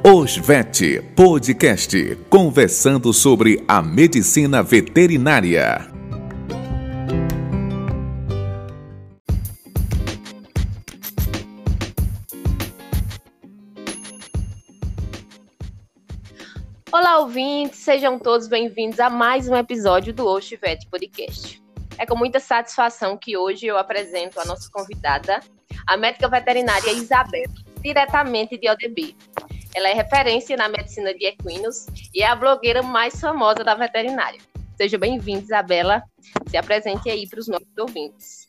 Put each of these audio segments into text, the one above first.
OSVET Podcast, conversando sobre a medicina veterinária. Olá, ouvintes, sejam todos bem-vindos a mais um episódio do OSVET Podcast. É com muita satisfação que hoje eu apresento a nossa convidada, a médica veterinária Isabela, diretamente de ODB. Ela é referência na medicina de equinos e é a blogueira mais famosa da veterinária. Seja bem-vinda, Isabela. Se apresente aí para os nossos ouvintes.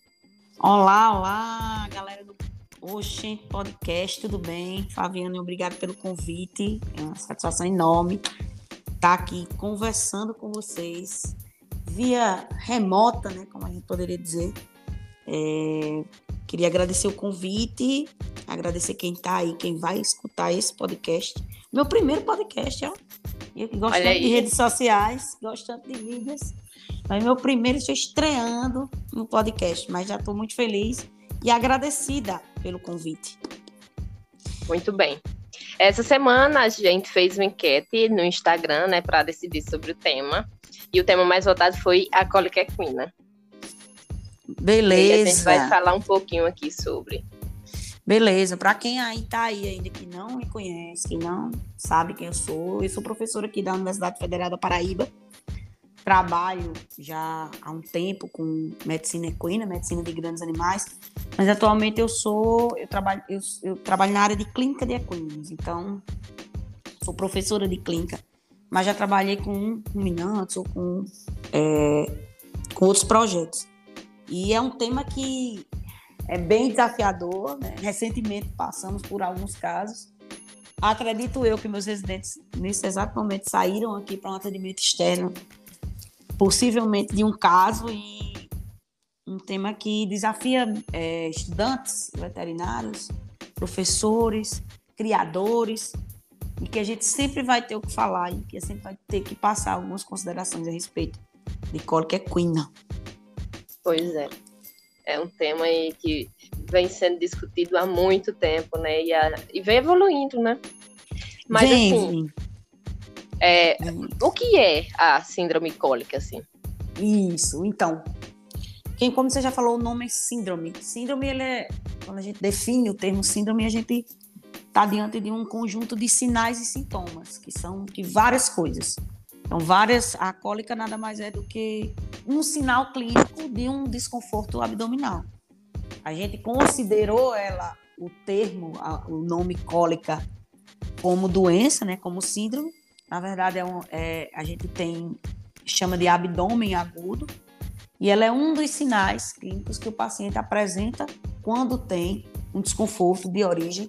Olá, galera do Oxi Podcast, tudo bem? Fabiana, obrigado pelo convite. É uma satisfação enorme estar aqui conversando com vocês via remota, né? Como a gente poderia dizer. Queria agradecer o convite, agradecer quem está aí, quem vai escutar esse podcast. Meu primeiro podcast, ó. Eu que gosto tanto de redes sociais, gosto tanto de mídias. Mas meu primeiro, estou estreando no podcast, mas já estou muito feliz e agradecida pelo convite. Muito bem. Essa semana a gente fez uma enquete no Instagram, né, para decidir sobre o tema. E o tema mais votado foi a cólica equina. Beleza. E a gente vai falar um pouquinho aqui sobre. Beleza. Para quem tá aí ainda que não me conhece, que não sabe quem eu sou professora aqui da Universidade Federal da Paraíba. Trabalho já há um tempo com medicina equina, medicina de grandes animais, mas atualmente eu trabalho na área de clínica de equinos, então sou professora de clínica, mas já trabalhei com ruminantes ou com outros projetos. E é um tema que é bem desafiador, né? Recentemente passamos por alguns casos. Acredito eu que meus residentes, nesse exato momento, saíram aqui para um atendimento externo, possivelmente de um caso, e um tema que desafia estudantes veterinários, professores, criadores, e que a gente sempre vai ter o que falar e que a gente vai ter que passar algumas considerações a respeito de cólica equina. Pois é. É um tema aí que vem sendo discutido há muito tempo, né? E vem evoluindo, né? Mas assim, o que é a síndrome cólica, assim? Isso, então. Como você já falou, o nome é síndrome. Síndrome, quando a gente define o termo síndrome, a gente está diante de um conjunto de sinais e sintomas, que são de várias coisas. Então, a cólica nada mais é do que um sinal clínico de um desconforto abdominal. A gente considerou o termo, o nome cólica, como doença, né, como síndrome. Na verdade, a gente chama de abdômen agudo, e ela é um dos sinais clínicos que o paciente apresenta quando tem um desconforto de origem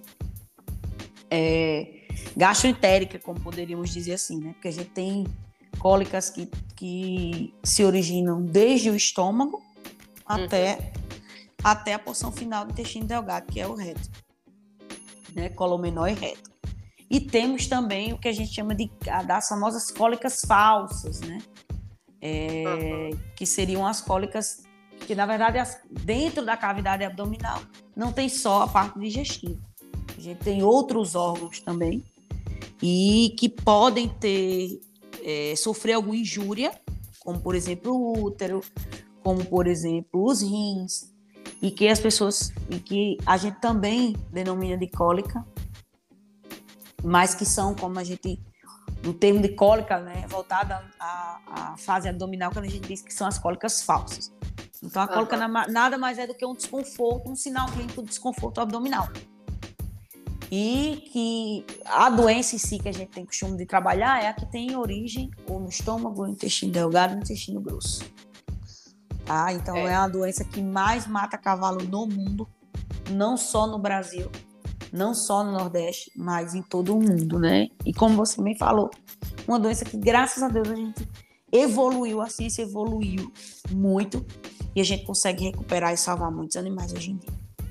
gastroentérica, como poderíamos dizer assim, né? Porque a gente tem cólicas que se originam desde o estômago até a porção final do intestino delgado, que é o reto, né? Cólon menor e reto. E temos também o que a gente chama das famosas cólicas falsas, né? Que seriam as cólicas que, na verdade, dentro da cavidade abdominal não tem só a parte digestiva. A gente tem outros órgãos também e que podem sofrer alguma injúria, como, por exemplo, o útero, como, por exemplo, os rins, e que a gente também denomina de cólica, mas que são, como a gente, no termo de cólica, né, voltada à fase abdominal, quando a gente diz que são as cólicas falsas. Então, a cólica nada mais é do que um desconforto, um sinal clínico de desconforto abdominal. E que a doença em si que a gente tem costume de trabalhar é a que tem origem ou no estômago, ou no intestino delgado, ou no intestino grosso. Tá? Então, é uma doença que mais mata cavalo no mundo, não só no Brasil, não só no Nordeste, mas em todo o mundo, né? E como você bem falou, uma doença que, graças a Deus, a gente evoluiu, a ciência evoluiu muito e a gente consegue recuperar e salvar muitos animais hoje em dia.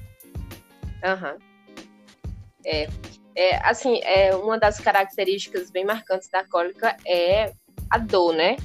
Assim, uma das características bem marcantes da cólica é a dor, né?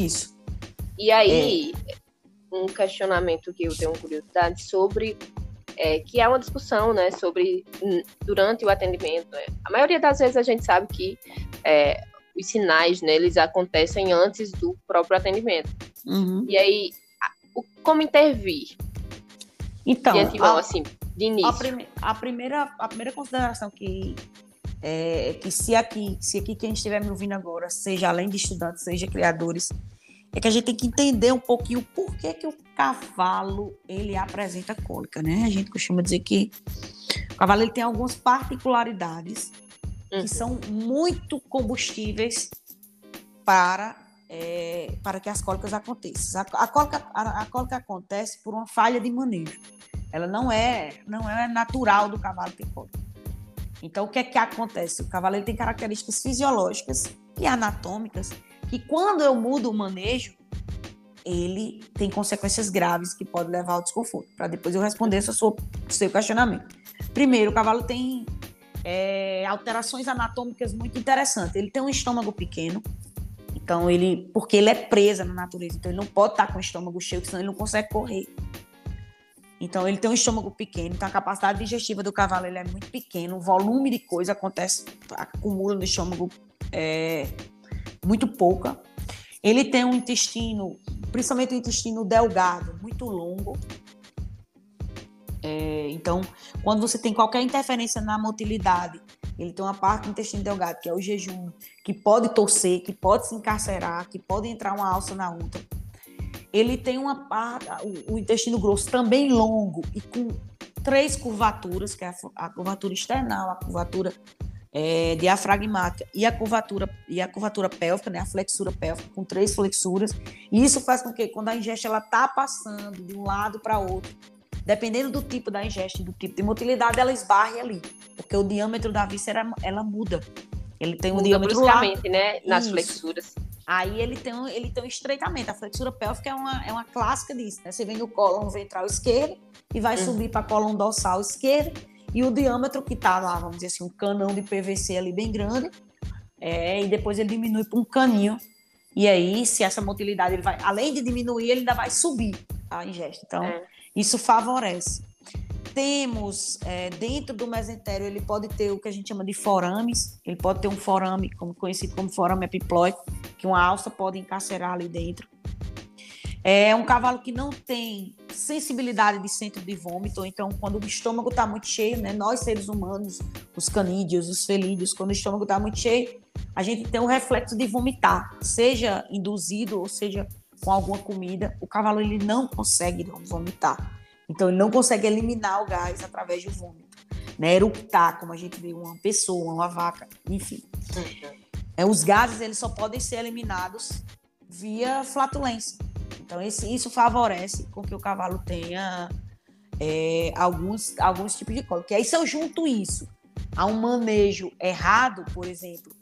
Isso. E aí, um questionamento que eu tenho curiosidade sobre que é uma discussão, né, sobre durante o atendimento. Né? A maioria das vezes a gente sabe que os sinais, né, eles acontecem antes do próprio atendimento. Uhum. E aí, como intervir? Então, de antemão, assim, de início. A primeira consideração que se aqui quem estiver me ouvindo agora, seja além de estudantes, seja criadores, é que a gente tem que entender um pouquinho por que o cavalo ele apresenta cólica, né? A gente costuma dizer que o cavalo ele tem algumas particularidades que são muito combustíveis para que as cólicas aconteçam. A cólica acontece por uma falha de manejo. Ela não é natural do cavalo ter cólica. Então, o que é que acontece? O cavalo ele tem características fisiológicas e anatômicas que, quando eu mudo o manejo, ele tem consequências graves que podem levar ao desconforto. Para depois eu responder seu questionamento. Primeiro, o cavalo tem alterações anatômicas muito interessantes. Ele tem um estômago pequeno, então porque ele é presa na natureza, então ele não pode estar com o estômago cheio, senão ele não consegue correr. Então, ele tem um estômago pequeno, então a capacidade digestiva do cavalo ele é muito pequeno, o volume de coisa acumula no estômago muito pouca. Ele tem um intestino, principalmente o intestino delgado, muito longo. Então, quando você tem qualquer interferência na motilidade, ele tem uma parte do intestino delgado, que é o jejum, que pode torcer, que pode se encarcerar, que pode entrar uma alça na outra. Ele tem o intestino grosso também longo e com 3 curvaturas, que é a curvatura external, a curvatura diafragmática e a curvatura pélvica, né, a flexura pélvica, com 3 flexuras. E isso faz com que, quando a ingesta ela está passando de um lado para outro, dependendo do tipo da ingesta e do tipo de motilidade, ela esbarre ali, porque o diâmetro da víscera ela muda. Ele tem um diâmetro bruscamente, né, nas flexuras. Aí ele tem um estreitamento. A flexura pélvica é uma clássica disso, né? Você vem do cólon ventral esquerdo e vai subir para cólon dorsal esquerdo, e o diâmetro que está lá, vamos dizer assim, um canão de PVC ali bem grande, e depois ele diminui para um caninho. E aí, se essa motilidade ele vai, além de diminuir, ele ainda vai subir a ingesta. Então, isso favorece. Temos, dentro do mesentério, ele pode ter o que a gente chama de forames. Ele pode ter um forame, conhecido como forame epiploide, que uma alça pode encarcerar ali dentro. É um cavalo que não tem sensibilidade de centro de vômito. Então, quando o estômago está muito cheio, né, nós seres humanos, os canídeos, os felídeos, quando o estômago está muito cheio, a gente tem o reflexo de vomitar, seja induzido ou seja com alguma comida. O cavalo ele não consegue vomitar. Então, ele não consegue eliminar o gás através do vômito, né? Eructar, como a gente vê uma pessoa, uma vaca, enfim. Os gases eles só podem ser eliminados via flatulência. Então, isso favorece com que o cavalo tenha alguns tipos de cólica. E aí, se eu junto isso a um manejo errado, por exemplo,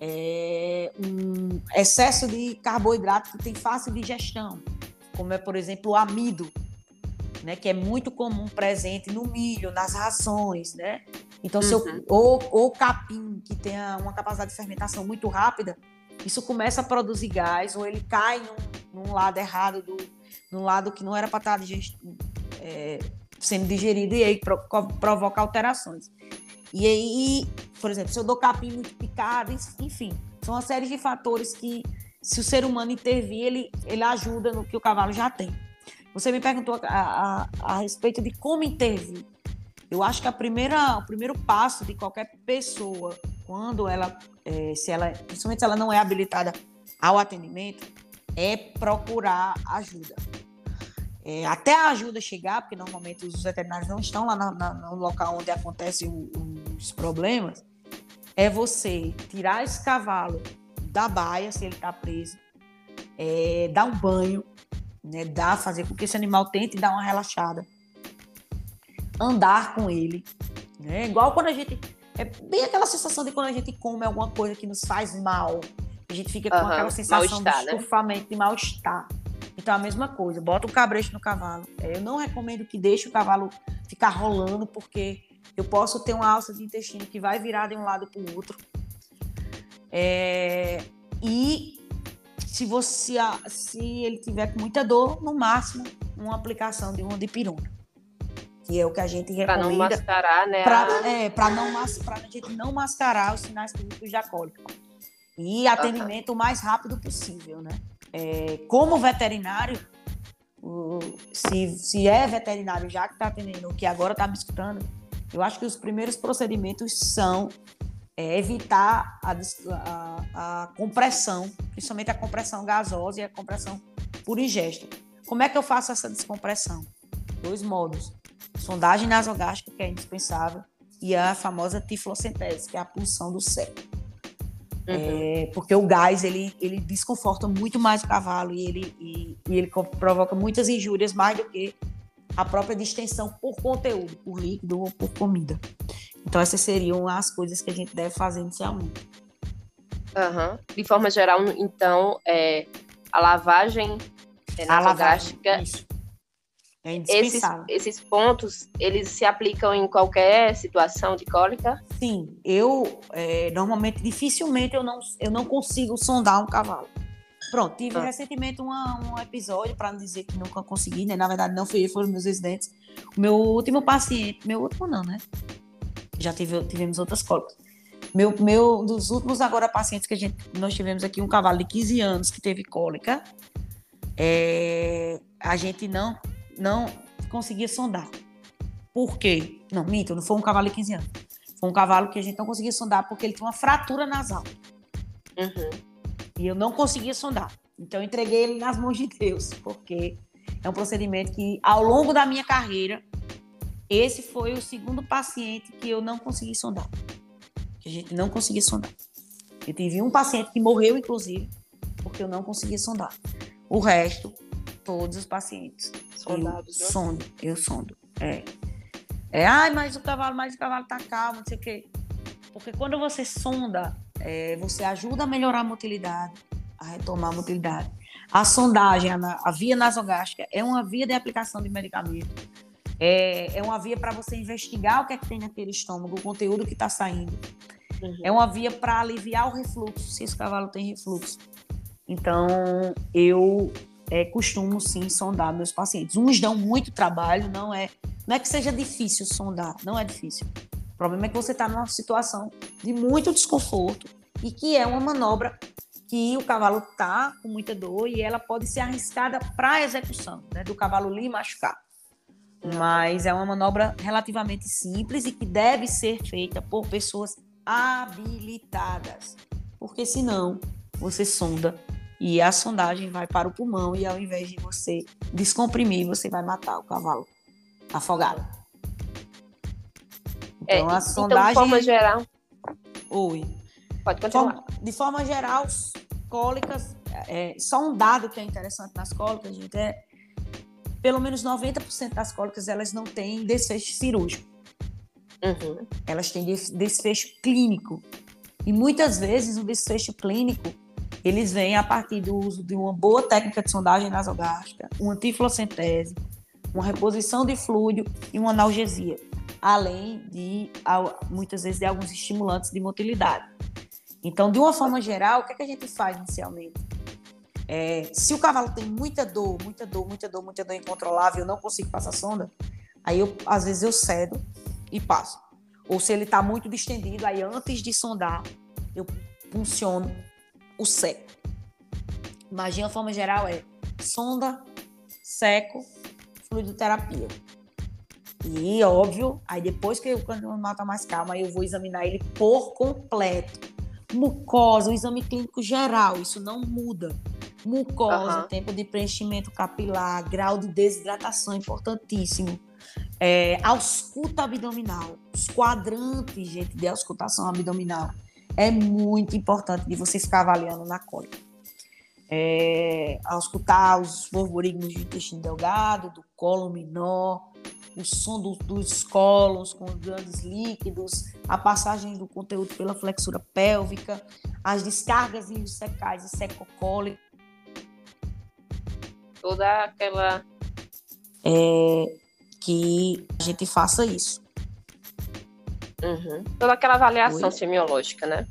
um excesso de carboidrato que tem fácil digestão, como é, por exemplo, o amido, né, que é muito comum presente no milho, nas rações, né? Então, ou capim, que tem uma capacidade de fermentação muito rápida, isso começa a produzir gás, ou ele cai num lado errado, num lado que não era para estar sendo digerido, e aí provoca alterações. E aí, por exemplo, se eu dou capim muito picado, enfim, são uma série de fatores que, se o ser humano intervir, ele ajuda no que o cavalo já tem. Você me perguntou a respeito de como intervir. Eu acho que o primeiro passo de qualquer pessoa, quando principalmente se ela não é habilitada ao atendimento, é procurar ajuda. Até a ajuda chegar, porque normalmente os veterinários não estão lá no local onde acontecem os problemas, é você tirar esse cavalo da baia, se ele está preso, dar um banho, né, fazer com que esse animal tente dar uma relaxada, andar com ele, né, igual quando a gente, bem aquela sensação de quando a gente come alguma coisa que nos faz mal, a gente fica com aquela sensação de estufamento, de mal-estar. Então, a mesma coisa, bota um cabresto no cavalo. Eu não recomendo que deixe o cavalo ficar rolando, porque eu posso ter uma alça de intestino que vai virar de um lado para o outro. E se ele tiver com muita dor, no máximo, uma aplicação de uma dipirona. que é o que a gente Para não recomenda. mascarar, né? Para a gente não mascarar os sinais clínicos da cólica. E atendimento o mais rápido possível, né? Como veterinário, se é veterinário já que está atendendo, que agora está me escutando, eu acho que os primeiros procedimentos são evitar a compressão, principalmente a compressão gasosa e a compressão por ingesta. Como é que eu faço essa descompressão? 2 modos. Sondagem nasogástrica, que é indispensável, e a famosa tiflocentese, que é a punção do seco. Porque o gás, ele desconforta muito mais o cavalo e ele provoca muitas injúrias, mais do que a própria distensão por conteúdo, por líquido ou por comida. Então, essas seriam as coisas que a gente deve fazer inicialmente. De forma geral, então, a lavagem nasogástrica, é indispensável. Esses pontos, eles se aplicam em qualquer situação de cólica? Sim, eu normalmente, dificilmente eu não consigo sondar um cavalo. Pronto, tive recentemente um episódio, para não dizer que nunca consegui, né? Na verdade, não fui eu, foram meus residentes. O meu último paciente, meu último não, né? Já tivemos outras cólicas. Dos últimos agora pacientes que nós tivemos aqui, um cavalo de 15 anos que teve cólica, a gente não conseguia sondar. Por quê? Não, minto, não foi um cavalo de 15 anos. Foi um cavalo que a gente não conseguia sondar porque ele tinha uma fratura nasal. E eu não conseguia sondar. Então, eu entreguei ele nas mãos de Deus, porque é um procedimento que, ao longo da minha carreira, esse foi o segundo paciente que eu não consegui sondar. Que a gente não conseguia sondar. Eu tive um paciente que morreu, inclusive, porque eu não conseguia sondar. O resto, todos os pacientes. Sondados, Eu sondo. Mas o cavalo tá calmo, não sei o quê. Porque quando você sonda, você ajuda a melhorar a motilidade, a retomar a motilidade. A sondagem, a via nasogástrica, é uma via de aplicação de medicamento. É uma via para você investigar o que é que tem naquele estômago, o conteúdo que está saindo. É uma via para aliviar o refluxo, se esse cavalo tem refluxo. Então, eu costumo, sim, sondar meus pacientes. Uns dão muito trabalho, não é que seja difícil sondar, não é difícil. O problema é que você está numa situação de muito desconforto e que é uma manobra que o cavalo está com muita dor e ela pode ser arriscada para a execução, né, do cavalo lhe machucar. Mas é uma manobra relativamente simples e que deve ser feita por pessoas habilitadas, porque senão você sonda e a sondagem vai para o pulmão e ao invés de você descomprimir, você vai matar o cavalo afogado. Então, a sondagem... Então, de forma geral... Oi. Pode continuar. De forma geral, cólicas... só um dado que é interessante nas cólicas, gente, pelo menos 90% das cólicas, elas não têm desfecho cirúrgico. Elas têm desfecho clínico. E muitas vezes o desfecho clínico, eles vêm a partir do uso de uma boa técnica de sondagem nasogástrica, uma tiflocentese, uma reposição de fluido e uma analgesia, além de, muitas vezes, de alguns estimulantes de motilidade. Então, de uma forma geral, o que a gente faz inicialmente? Se o cavalo tem muita dor incontrolável, eu não consigo passar sonda, aí às vezes eu cedo e passo. Ou se ele está muito distendido, aí antes de sondar, eu punciono o seco. Mas de uma forma geral sonda, seco, fluidoterapia. E, óbvio, aí depois quando o animal está mais calmo, aí eu vou examinar ele por completo. Mucosa, o exame clínico geral, isso não muda. Mucosa, tempo de preenchimento capilar, grau de desidratação, importantíssimo. Ausculta abdominal, os quadrantes, gente, de auscultação abdominal. É muito importante de você ficar avaliando na cólica. Auscultar os borborigmos do intestino delgado, do cólon menor, o som dos cólons com grandes líquidos, a passagem do conteúdo pela flexura pélvica, as descargas iliocecais e secocólicas. Toda aquela... que a gente faça isso. Toda aquela avaliação semiológica, né?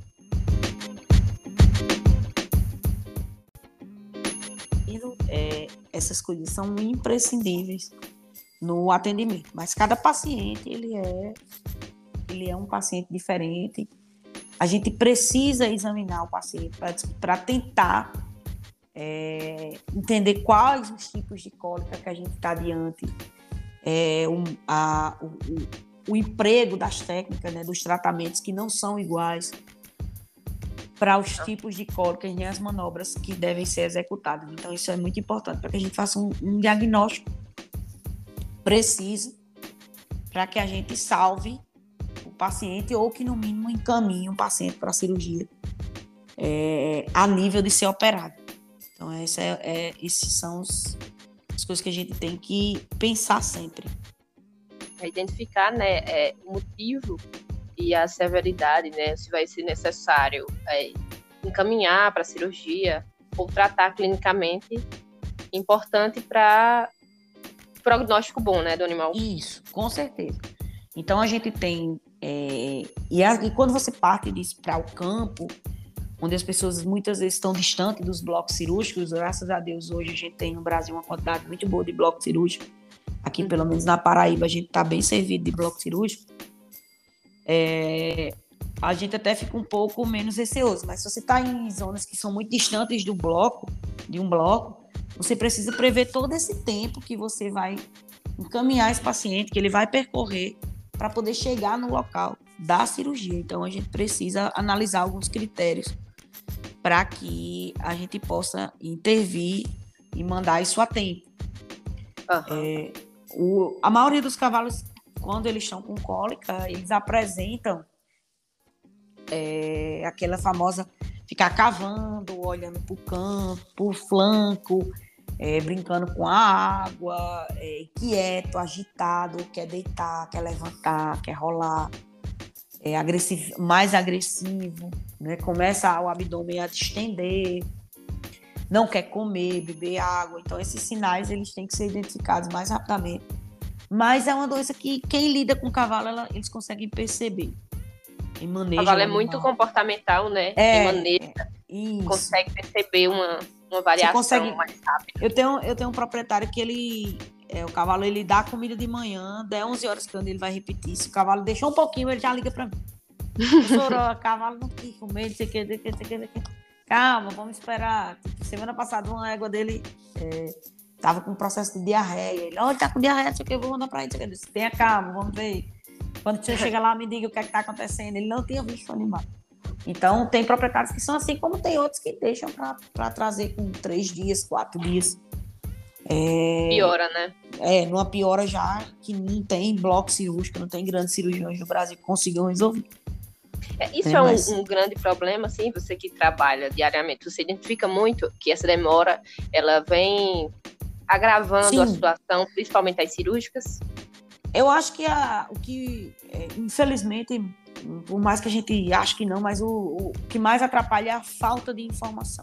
Essas coisas são imprescindíveis no atendimento. Mas cada paciente, ele é um paciente diferente. A gente precisa examinar o paciente para tentar entender quais os tipos de cólica que a gente está diante, o emprego das técnicas, né, dos tratamentos que não são iguais para os tipos de cólicas e as manobras que devem ser executadas. Então, isso é muito importante para que a gente faça um diagnóstico preciso para que a gente salve o paciente ou que, no mínimo, encaminhe o paciente para a cirurgia a nível de ser operado. Então, esses são as coisas que a gente tem que pensar sempre. Identificar, né, o motivo e a severidade, né, se vai ser necessário encaminhar para a cirurgia ou tratar clinicamente, importante para prognóstico bom, né, do animal. Isso, com certeza. Então, a gente tem... e quando você parte disso para o campo, onde as pessoas muitas vezes estão distantes dos blocos cirúrgicos, graças a Deus, hoje a gente tem no Brasil uma quantidade muito boa de bloco cirúrgico. Aqui, pelo menos na Paraíba, a gente está bem servido de bloco cirúrgico. A gente até fica um pouco menos receoso, mas se você está em zonas que são muito distantes de um bloco, você precisa prever todo esse tempo que você vai encaminhar esse paciente, que ele vai percorrer para poder chegar no local da cirurgia. Então, a gente precisa analisar alguns critérios para que a gente possa intervir e mandar isso a tempo. A maioria dos cavalos, quando eles estão com cólica, eles apresentam aquela famosa ficar cavando, olhando para o canto, para o flanco, brincando com a água, quieto, agitado, quer deitar, quer levantar, quer rolar, mais agressivo, né? Começa o abdômen a distender, não quer comer, beber água. Então, esses sinais eles têm que ser identificados mais rapidamente. Mas é uma doença que quem lida com o cavalo, eles conseguem perceber. O cavalo é muito comportamental, né? Consegue perceber uma variação mais rápida. Eu tenho um proprietário que o cavalo ele dá comida de manhã, 11 horas quando ele vai repetir. Se o cavalo deixou um pouquinho, ele já liga para mim. O cavalo não quer comer, não sei o que. Calma, vamos esperar. Semana passada, uma égua dele tava com um processo de diarreia. Ele, olha, tá com diarreia, não sei o que, eu vou mandar para ele. Eu disse, tenha calma, vamos ver. Quando você chega lá, me diga o que é que tá acontecendo. Ele não tinha visto o animal. Então, tem proprietários que são assim, como tem outros que deixam para trazer com 3 dias, 4 dias. Piora, né? Numa piora já que não tem bloco cirúrgico, não tem grandes cirurgiões no Brasil que consigam resolver. Isso um grande problema, assim, você que trabalha diariamente, você identifica muito que essa demora, ela vem agravando Sim. a situação, principalmente as cirúrgicas? Eu acho que infelizmente, por mais que a gente ache que não, mas o que mais atrapalha é a falta de informação.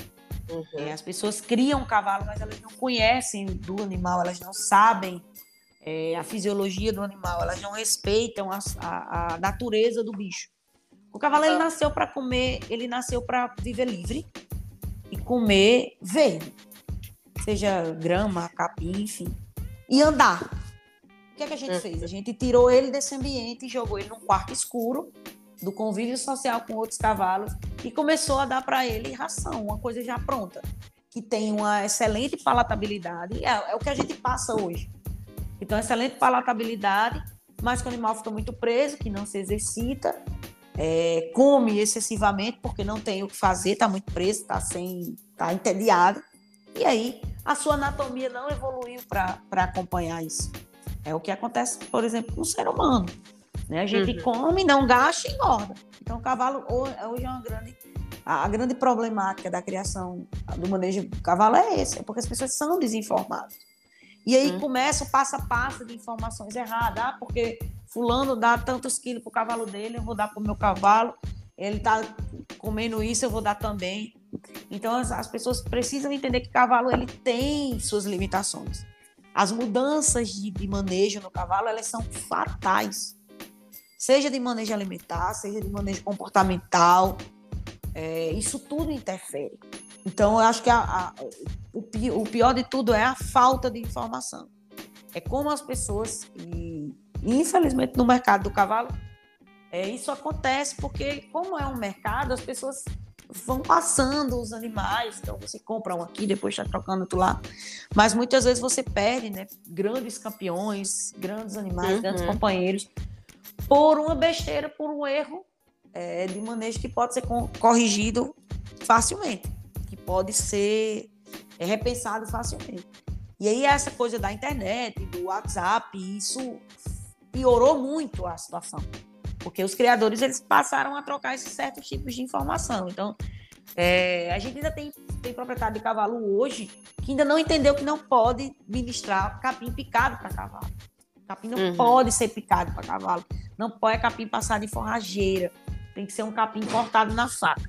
As pessoas criam um cavalo, mas elas não conhecem do animal, elas não sabem a fisiologia do animal, elas não respeitam a natureza do bicho. O cavalo ele nasceu para comer, ele nasceu para viver livre e comer verde, seja grama, capim, enfim, e andar. O que é que a gente fez? A gente tirou ele desse ambiente e jogou ele num quarto escuro, do convívio social com outros cavalos, e começou a dar para ele ração, uma coisa já pronta, que tem uma excelente palatabilidade, é o que a gente passa hoje. Então, excelente palatabilidade, mas que o animal fica muito preso, que não se exercita, come excessivamente porque não tem o que fazer, está muito preso, está entediado, e aí a sua anatomia não evoluiu para acompanhar isso. É o que acontece, por exemplo, com o ser humano. Né? A gente come, não gasta e engorda. Então, o cavalo hoje é a grande problemática da criação, do manejo do cavalo é esse, é porque as pessoas são desinformadas. E aí começa o passo a passo de informações erradas. Porque fulano dá tantos quilos para o cavalo dele, eu vou dar para o meu cavalo. Ele está comendo isso, eu vou dar também. Então, as pessoas precisam entender que o cavalo ele tem suas limitações. As mudanças de manejo no cavalo, elas são fatais. Seja de manejo alimentar, seja de manejo comportamental. Isso tudo interfere. Então, eu acho que o pior de tudo é a falta de informação. É como as pessoas, e infelizmente no mercado do cavalo, isso acontece porque, como é um mercado, as pessoas vão passando os animais, então você compra um aqui, depois está trocando outro lá, mas muitas vezes você perde, né, grandes campeões, grandes animais, grandes companheiros, por uma besteira, por um erro de manejo que pode ser corrigido facilmente, que pode ser repensado facilmente. E aí essa coisa da internet, do WhatsApp, isso piorou muito a situação. Porque os criadores, eles passaram a trocar esses certos tipos de informação. Então, a gente ainda tem proprietário de cavalo hoje que ainda não entendeu que não pode ministrar capim picado para cavalo. Capim não pode ser picado para cavalo. Não pode capim passado em forrageira. Tem que ser um capim cortado na faca.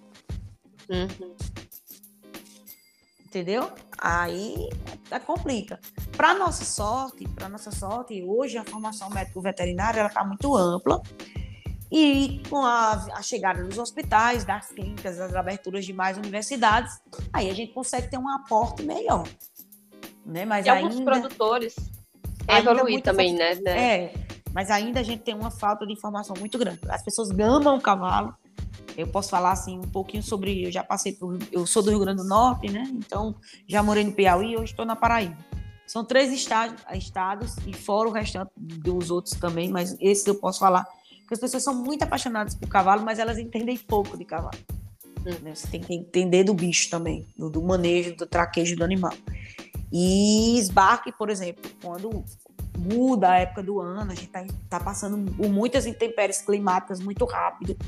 Entendeu? Aí complica. Para nossa sorte, hoje a formação médico-veterinária ela está muito ampla e com a chegada dos hospitais, das clínicas, das aberturas de mais universidades, aí a gente consegue ter um aporte melhor. Né? Mas e alguns produtores evoluir também, né? Mas ainda a gente tem uma falta de informação muito grande. As pessoas amam o cavalo. Eu posso falar assim um pouquinho sobre. Eu já passei eu sou do Rio Grande do Norte, né? Então já morei no Piauí e hoje estou na Paraíba. São 3 estados e fora o restante dos outros também, mas esses eu posso falar. Porque as pessoas são muito apaixonadas por cavalo, mas elas entendem pouco de cavalo. Né? Você tem que entender do bicho também, do manejo, do traquejo do animal. E esbarque, por exemplo, quando muda a época do ano, a gente está passando por muitas intempéries climáticas muito rápido.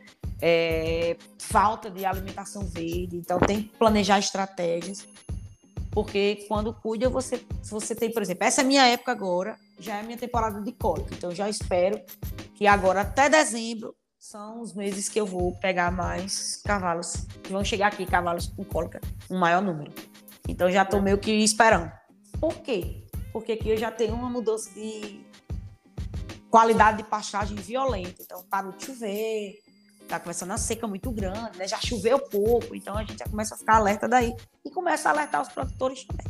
Falta de alimentação verde, então tem que planejar estratégias, porque quando cuida, se você tem, por exemplo, essa é a minha época agora, já é a minha temporada de cólica, então eu já espero que agora até dezembro são os meses que eu vou pegar mais cavalos, que vão chegar aqui, cavalos com cólica, um maior número. Então já estou meio que esperando. Por quê? Porque aqui eu já tenho uma mudança de qualidade de pastagem violenta, então parou de chover, está começando a seca muito grande, né? Já choveu pouco, então a gente já começa a ficar alerta daí e começa a alertar os produtores também.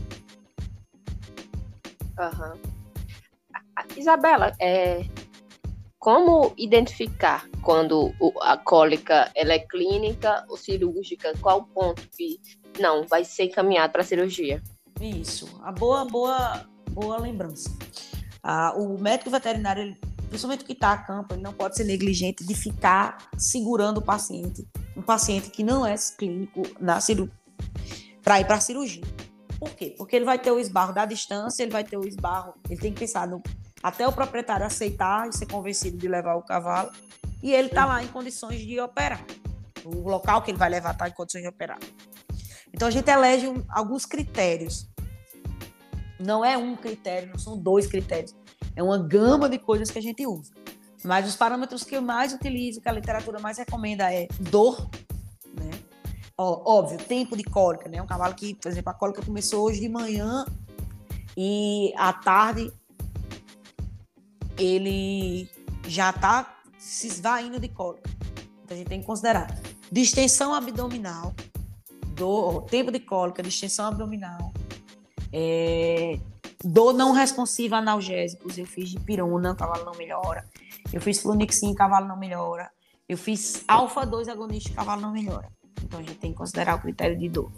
Isabela, como identificar quando a cólica ela é clínica ou cirúrgica? Qual o ponto que não vai ser encaminhado para a cirurgia? Isso, a boa lembrança. O médico veterinário, principalmente o que está a campo, ele não pode ser negligente de ficar segurando o paciente, um paciente que não é clínico para ir para a cirurgia. Por quê? Porque ele vai ter o esbarro da distância, ele tem que pensar até o proprietário aceitar e ser convencido de levar o cavalo, e ele está lá em condições de operar. O local que ele vai levar está em condições de operar. Então a gente elege alguns critérios. Não é um critério, não são 2 critérios. É uma gama de coisas que a gente usa. Mas os parâmetros que eu mais utilizo, que a literatura mais recomenda, é dor, né? Óbvio, tempo de cólica, né? Um cavalo que, por exemplo, a cólica começou hoje de manhã e à tarde ele já está se esvaindo de cólica. Então a gente tem que considerar distensão abdominal, tempo de cólica, distensão abdominal, dor não responsiva a analgésicos. Eu fiz dipirona, o cavalo não melhora. Eu fiz flunixin, o cavalo não melhora. Eu fiz alfa-2 agonista, o cavalo não melhora. Então a gente tem que considerar o critério de dor.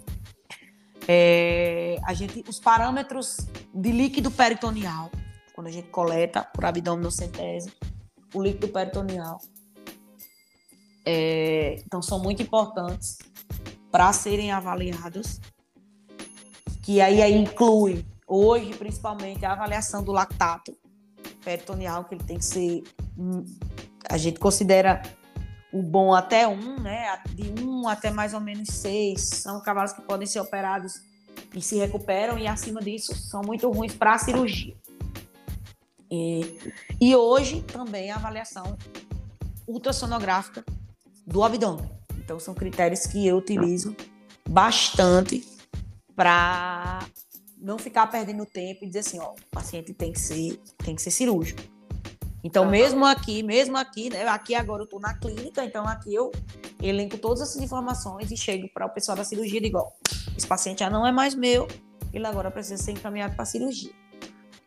Os parâmetros de líquido peritoneal, quando a gente coleta por abdominocentese, o líquido peritoneal, então são muito importantes para serem avaliados, que aí inclui hoje principalmente a avaliação do lactato peritoneal, que ele tem que ser, a gente considera o bom até 1, né? De 1 até mais ou menos 6, são cavalos que podem ser operados e se recuperam, e acima disso são muito ruins para a cirurgia. E hoje também a avaliação ultrassonográfica do abdômen. Então são critérios que eu utilizo bastante para não ficar perdendo tempo e dizer assim, o paciente tem que ser cirúrgico. Então, mesmo aqui, né, aqui agora eu estou na clínica, então aqui eu elenco todas essas informações e chego para o pessoal da cirurgia e digo, esse paciente já não é mais meu, ele agora precisa ser encaminhado para a cirurgia.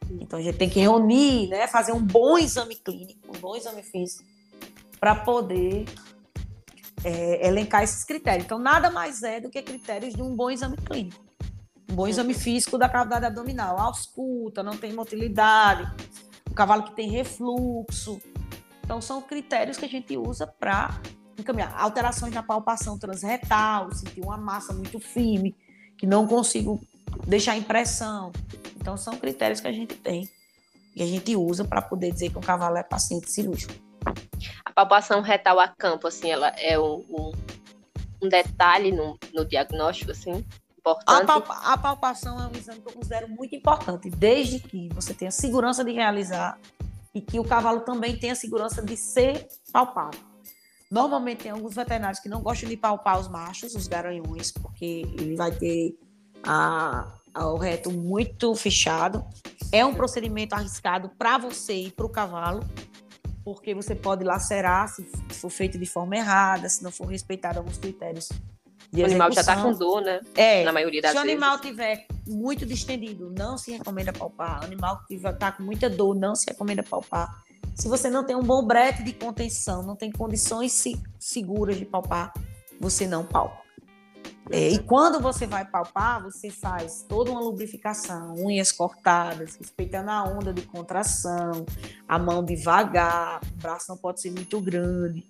Então, a gente tem que reunir, né, fazer um bom exame clínico, um bom exame físico, para poder elencar esses critérios. Então, nada mais é do que critérios de um bom exame clínico. Um bom exame físico da cavidade abdominal. Ausculta, não tem motilidade, um cavalo que tem refluxo. Então, são critérios que a gente usa para encaminhar. Alterações na palpação transretal, sentir uma massa muito firme, que não consigo deixar impressão. Então, são critérios que a gente tem e a gente usa para poder dizer que um cavalo é paciente cirúrgico. A palpação retal a campo, assim, ela é um detalhe no diagnóstico, assim, importante? A palpação é um exame que eu considero muito importante, desde que você tenha segurança de realizar e que o cavalo também tenha segurança de ser palpado. Normalmente tem alguns veterinários que não gostam de palpar os machos, os garanhões, porque ele vai ter o reto muito fechado. É um procedimento arriscado para você e para o cavalo, porque você pode lacerar se for feito de forma errada, se não for respeitado alguns critérios de execução. O animal já está com dor, né? Na maioria das vezes. Se o animal tiver muito distendido, não se recomenda palpar. O animal que está com muita dor, não se recomenda palpar. Se você não tem um bom brete de contenção, não tem condições seguras de palpar, você não palpa. E quando você vai palpar, você faz toda uma lubrificação, unhas cortadas, respeitando a onda de contração, a mão devagar, o braço não pode ser muito grande.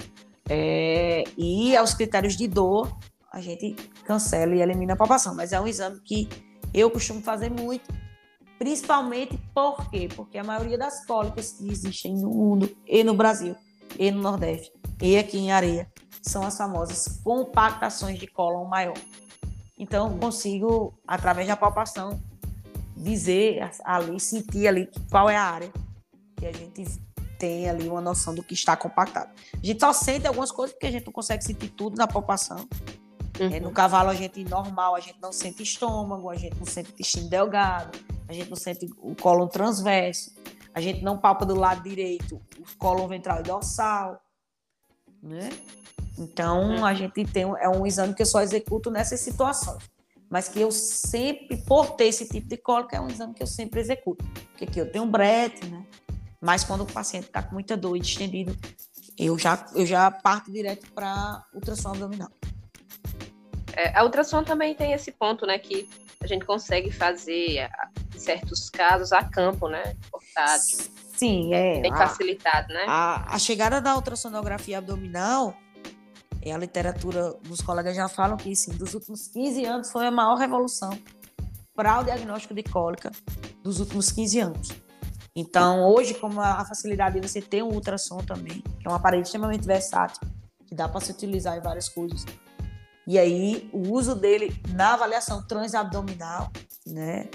E aos critérios de dor, a gente cancela e elimina a palpação. Mas é um exame que eu costumo fazer muito, principalmente por quê? Porque a maioria das cólicas que existem no mundo, e no Brasil, e no Nordeste, e aqui em Areia, são as famosas compactações de cólon maior. Então, eu consigo, através da palpação, dizer ali, sentir ali qual é a área que a gente tem ali uma noção do que está compactado. A gente só sente algumas coisas porque a gente não consegue sentir tudo na palpação. No cavalo, a gente normal, a gente não sente estômago, a gente não sente intestino delgado, a gente não sente o cólon transverso, a gente não palpa do lado direito o cólon ventral e dorsal, né? Então, a gente tem um exame que eu só executo nessas situações, mas que eu sempre, por ter esse tipo de cólica, é um exame que eu sempre executo. Porque aqui eu tenho um brete, né? Mas quando o paciente está com muita dor e distendido, eu já parto direto para ultrassom abdominal. A ultrassom também tem esse ponto, né? Que a gente consegue fazer, em certos casos, a campo, né? Portátil. Sim, bem facilitado, né? A chegada da ultrassonografia abdominal, a literatura dos colegas já falam que, sim, dos últimos 15 anos foi a maior revolução para o diagnóstico de cólica dos últimos 15 anos. Então, hoje, como a facilidade de você ter um ultrassom também, que é um aparelho extremamente versátil, que dá para se utilizar em várias coisas, e aí o uso dele na avaliação transabdominal, né,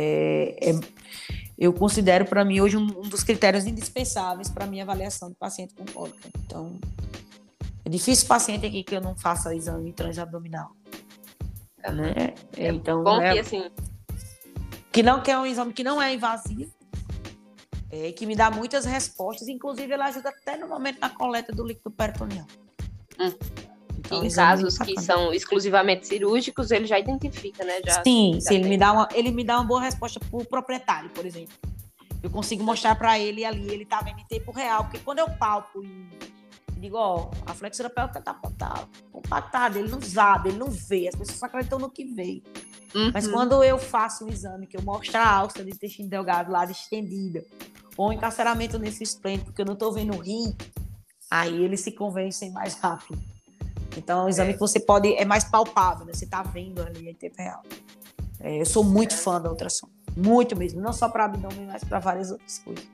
eu considero para mim hoje um dos critérios indispensáveis para a minha avaliação do paciente com cólica. Então, é difícil paciente aqui que eu não faça exame transabdominal. Né? Então, bom que assim... que é um exame que não é invasivo, que me dá muitas respostas, inclusive ele ajuda até no momento da coleta do líquido peritoneal. Então, em casos que são exclusivamente cirúrgicos, ele já identifica, né? Sim, ele me dá uma boa resposta para o proprietário, por exemplo. Eu consigo mostrar para ele ali, ele está vendo em tempo real, porque quando eu palpo e digo, a flexura pélvica está compactada, ele não sabe, ele não vê, as pessoas só acreditam no que vê. Mas quando eu faço um exame que eu mostro a alça de intestino delgado lá estendida, ou encarceramento nesse esplêndido, porque eu não estou vendo o rim, aí eles se convencem mais rápido. Então, é um exame que você pode, é mais palpável, né? Você está vendo ali em tempo real. Eu sou muito fã da ultrassom, muito mesmo, não só para abdômen, mas para várias outras coisas.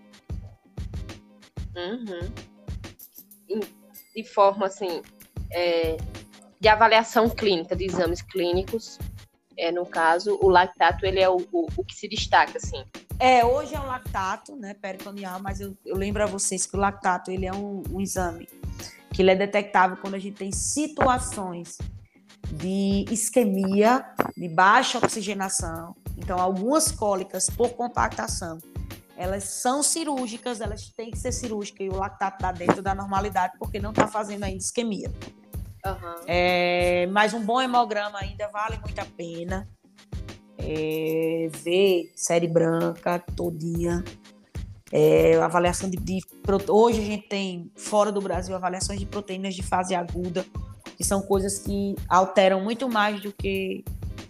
De forma, assim, de avaliação clínica, de exames clínicos, no caso, o lactato, ele é o que se destaca, assim. Hoje é o lactato, né, peritoneal, mas eu lembro a vocês que o lactato, ele é um exame que ele é detectável quando a gente tem situações de isquemia, de baixa oxigenação. Então, algumas cólicas por compactação, elas são cirúrgicas, elas têm que ser cirúrgicas, e o lactato dá dentro da normalidade, porque não está fazendo ainda isquemia. Mas um bom hemograma ainda vale muito a pena. ver série branca todinha, avaliação hoje a gente tem, fora do Brasil, avaliações de proteínas de fase aguda, que são coisas que alteram muito mais do que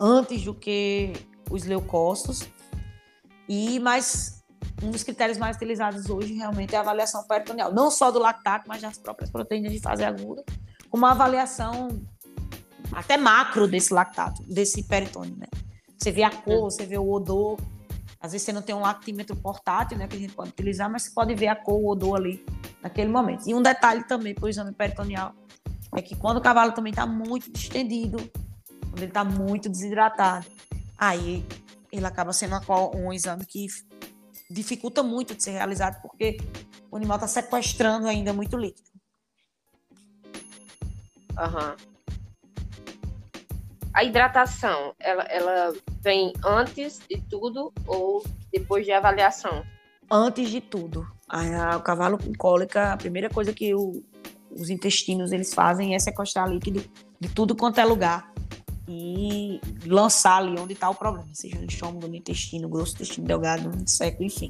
os leucócitos. Mas um dos critérios mais utilizados hoje realmente é a avaliação peritoneal, não só do lactato, mas das próprias proteínas de fase aguda, com uma avaliação até macro desse lactato, desse peritônio, né? Você vê a cor, você vê o odor. Às vezes você não tem um lactímetro portátil, né, que a gente pode utilizar, mas você pode ver a cor, o odor ali naquele momento. E um detalhe também para o exame peritoneal é que quando o cavalo também está muito distendido, quando ele está muito desidratado, aí ele acaba sendo um exame que dificulta muito de ser realizado, porque o animal está sequestrando ainda muito líquido. Aham. A hidratação, ela vem antes de tudo ou depois de avaliação? Antes de tudo. O cavalo com cólica, a primeira coisa que os intestinos eles fazem é sequestrar líquido de tudo quanto é lugar e lançar ali onde está o problema, seja no estômago, no intestino grosso, intestino delgado, no seco, enfim.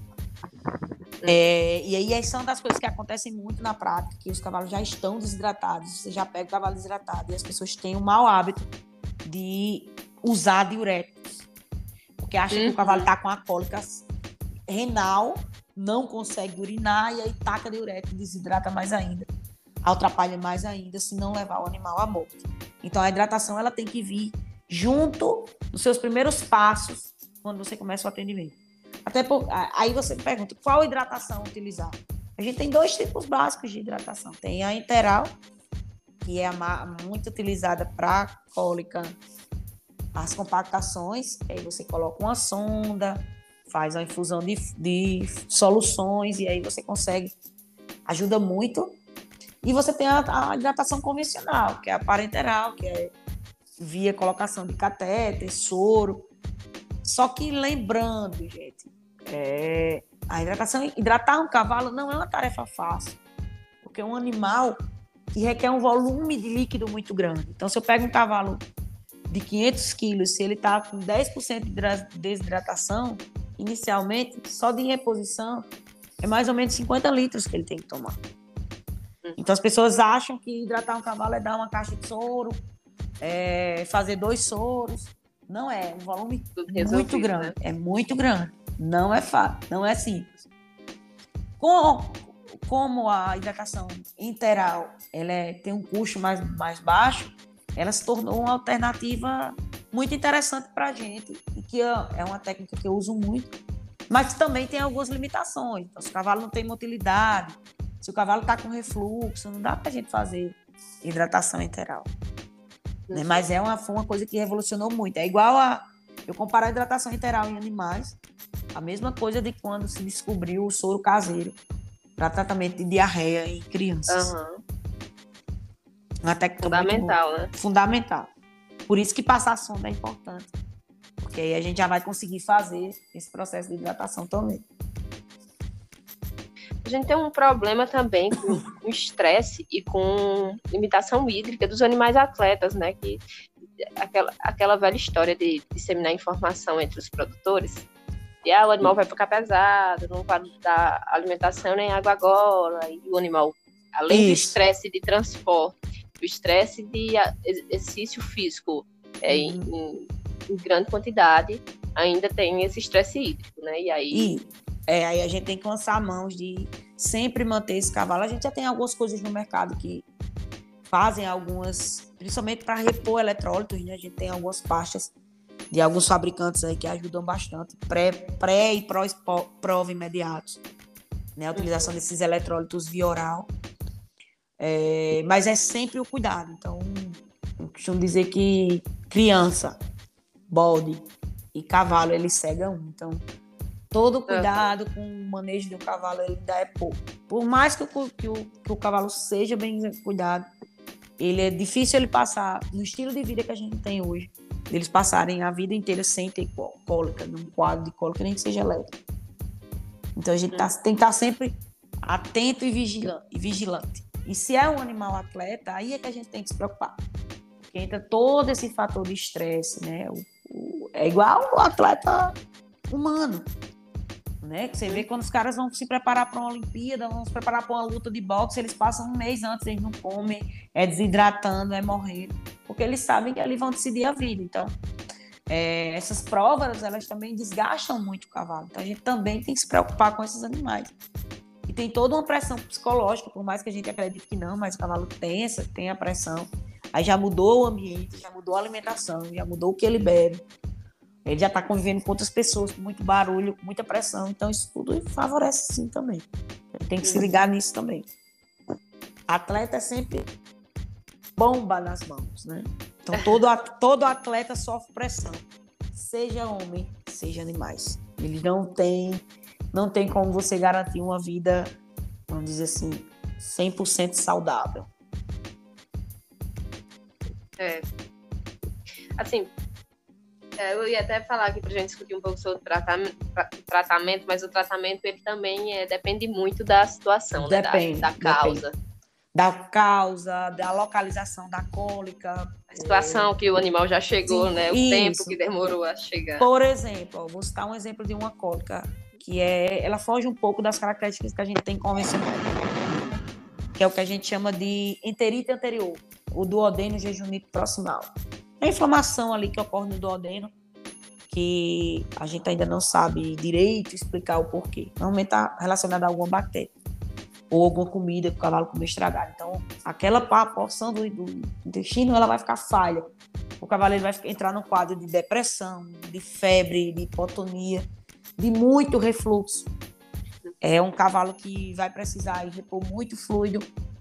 E aí essa é uma das coisas que acontecem muito na prática, que os cavalos já estão desidratados, você já pega o cavalo desidratado e as pessoas têm um mau hábito de usar diuréticos, porque acha que o cavalo está com a cólica renal, não consegue urinar e aí taca diurético, desidrata mais ainda, atrapalha mais ainda se não levar o animal à morte. Então a hidratação ela tem que vir junto nos seus primeiros passos quando você começa o atendimento. Aí você pergunta qual hidratação utilizar. A gente tem 2 tipos básicos de hidratação. Tem a enteral, que é muito utilizada para cólica, as compactações, aí você coloca uma sonda, faz uma infusão de soluções e aí você consegue, ajuda muito. E você tem a hidratação convencional, que é a parenteral, que é via colocação de catéter, soro. Só que lembrando, gente, hidratar um cavalo não é uma tarefa fácil, porque é um animal que requer um volume de líquido muito grande. Então, se eu pego um cavalo de 500 quilos, se ele está com 10% de desidratação, inicialmente, só de reposição, é mais ou menos 50 litros que ele tem que tomar. Então, as pessoas acham que hidratar um cavalo é dar uma caixa de soro, fazer 2 soros. Não é, um volume muito grande. Né? É muito grande. Não é fácil, não é simples. Como a hidratação interal tem um custo mais baixo, ela se tornou uma alternativa muito interessante para a gente e que é uma técnica que eu uso muito, mas também tem algumas limitações. Então, se o cavalo não tem motilidade, se o cavalo está com refluxo, não dá para a gente fazer hidratação interal. Né? Mas foi uma coisa que revolucionou muito. É igual eu comparar a hidratação interal em animais, a mesma coisa de quando se descobriu o soro caseiro para tratamento de diarreia em crianças. Uma técnica fundamental, né? Fundamental. Por isso que passar sonda é importante. Porque aí a gente já vai conseguir fazer esse processo de hidratação também. A gente tem um problema também com o estresse e com limitação hídrica dos animais atletas, né? Que aquela velha história de disseminar informação entre os produtores. E o animal vai ficar pesado, não vai dar alimentação nem água agora. E o animal, além do estresse de transporte, o estresse de exercício físico em grande quantidade, ainda tem esse estresse hídrico, né? E aí... aí a gente tem que lançar mãos de sempre manter esse cavalo. A gente já tem algumas coisas no mercado que fazem algumas, principalmente para repor eletrólitos, né? A gente tem algumas pastas de alguns fabricantes aí que ajudam bastante, pré e prova imediatos, né? A utilização desses eletrólitos via oral. Mas é sempre o cuidado. Então, eu costumo dizer que criança, bode e cavalo, eles cegam. Então, todo cuidado com o manejo de um cavalo ele ainda é pouco. Por mais que o cavalo seja bem cuidado, ele é difícil ele passar, no estilo de vida que a gente tem hoje, eles passarem a vida inteira sem ter cólica, num quadro de cólica, nem que seja leve. Então a gente tem que estar sempre atento e vigilante. E se é um animal atleta, aí é que a gente tem que se preocupar. Porque entra todo esse fator de estresse, né? É igual o atleta humano, né? Que você vê quando os caras vão se preparar para uma Olimpíada, vão se preparar para uma luta de boxe, eles passam um mês antes, eles não comem, é desidratando, é morrendo, porque eles sabem que ali vão decidir a vida. Então, essas provas, elas também desgastam muito o cavalo. Então, a gente também tem que se preocupar com esses animais. E tem toda uma pressão psicológica, por mais que a gente acredite que não, mas o cavalo tem a pressão. Aí já mudou o ambiente, já mudou a alimentação, já mudou o que ele bebe. Ele já está convivendo com outras pessoas, com muito barulho, com muita pressão. Então, isso tudo favorece sim também. Ele tem que se ligar nisso também. Atleta é sempre bomba nas mãos, né? Então, todo atleta sofre pressão. Seja homem, seja animais. Ele não tem como você garantir uma vida, vamos dizer assim, 100% saudável. Assim, eu ia até falar aqui pra gente discutir um pouco sobre o tratamento, mas o tratamento, ele também depende muito da situação, Depende, né? Da causa. Da causa, da localização da cólica. A situação que o animal já chegou, sim, né? O tempo que demorou a chegar. Por exemplo, vou citar um exemplo de uma cólica, que ela foge um pouco das características que a gente tem convencional, que é o que a gente chama de enterite anterior, o duodeno jejunite proximal. É a inflamação ali que ocorre no duodeno, que a gente ainda não sabe direito explicar o porquê. Normalmente está relacionado a alguma bactéria ou alguma comida que o cavalo comeu estragada. Então, aquela porção do intestino, ela vai ficar falha. O cavalo ele vai entrar num quadro de depressão, de febre, de hipotonia, de muito refluxo. É um cavalo que vai precisar repor muito fluido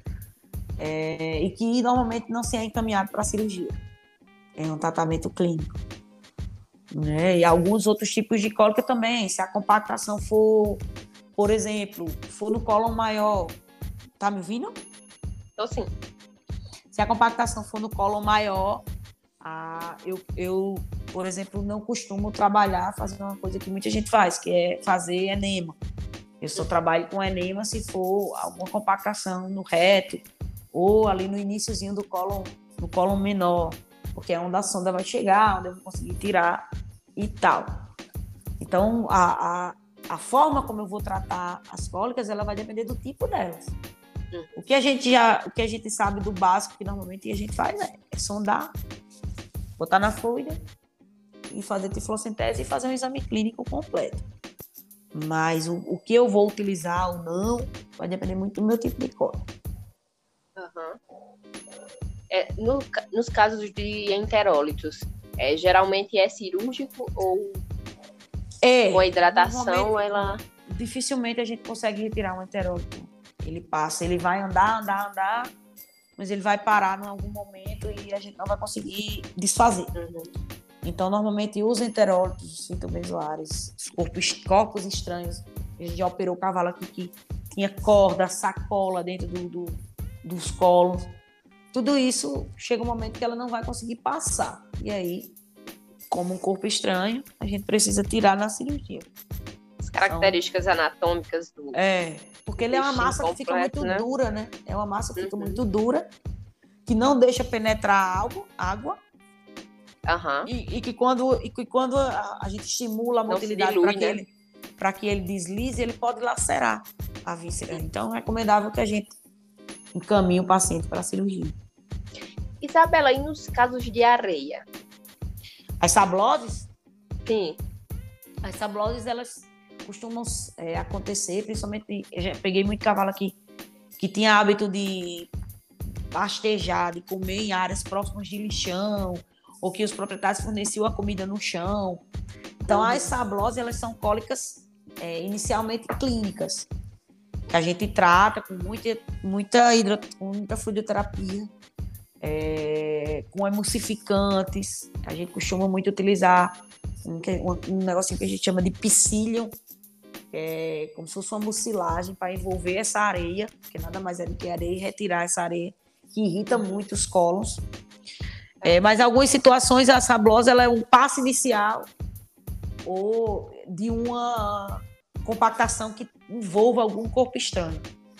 e que normalmente não se é encaminhado para a cirurgia. É um tratamento clínico. Né? E alguns outros tipos de cólica também. Se a compactação for, por exemplo, for no cólon maior. Tá me ouvindo? Tô sim. Se a compactação for no cólon maior, eu, por exemplo, não costumo trabalhar fazendo uma coisa que muita gente faz, que é fazer enema. Eu só trabalho com enema se for alguma compactação no reto ou ali no iniciozinho do cólon menor, porque é onde a sonda vai chegar, onde eu vou conseguir tirar e tal. Então, a forma como eu vou tratar as cólicas, ela vai depender do tipo delas. O que a gente sabe do básico, que normalmente a gente faz, é sondar, botar na fluida e fazer tiflossintese e fazer um exame clínico completo. Mas o que eu vou utilizar ou não vai depender muito do meu tipo de cólica. Nos casos de enterólitos, geralmente é cirúrgico ou a hidratação, ela... Dificilmente a gente consegue retirar um enterólito. Ele passa, ele vai andar, mas ele vai parar em algum momento e a gente não vai conseguir desfazer. Então, normalmente, os enterólitos, cintomesoares, corpos estranhos. A gente já operou o cavalo aqui que tinha corda, sacola dentro dos colos. Tudo isso, chega um momento que ela não vai conseguir passar. E aí, como um corpo estranho, a gente precisa tirar na cirurgia. As características anatômicas do... porque ele é uma massa que fica muito dura, né? É uma massa que fica muito dura, que não deixa penetrar água. E que quando a gente estimula a motilidade para que ele deslize, ele pode lacerar a víscera. Então, é recomendável que a gente encaminhe o paciente para a cirurgia. Isabela, e nos casos de diarreia? As sabloses? Sim. As sabloses, elas costumam acontecer, principalmente, eu já peguei muito cavalo aqui que tinha hábito de pastejar, de comer em áreas próximas de lixão, ou que os proprietários forneciam a comida no chão. Então, as sabloses, elas são cólicas inicialmente clínicas, que a gente trata com muita fluidoterapia, com emulsificantes. A gente costuma muito utilizar um negocinho que a gente chama de psyllium, como se fosse uma mucilagem para envolver essa areia, que nada mais é do que areia, e retirar essa areia que irrita muito os cólons. Mas em algumas situações a sablose ela é um passo inicial ou de uma compactação que envolva algum corpo estranho.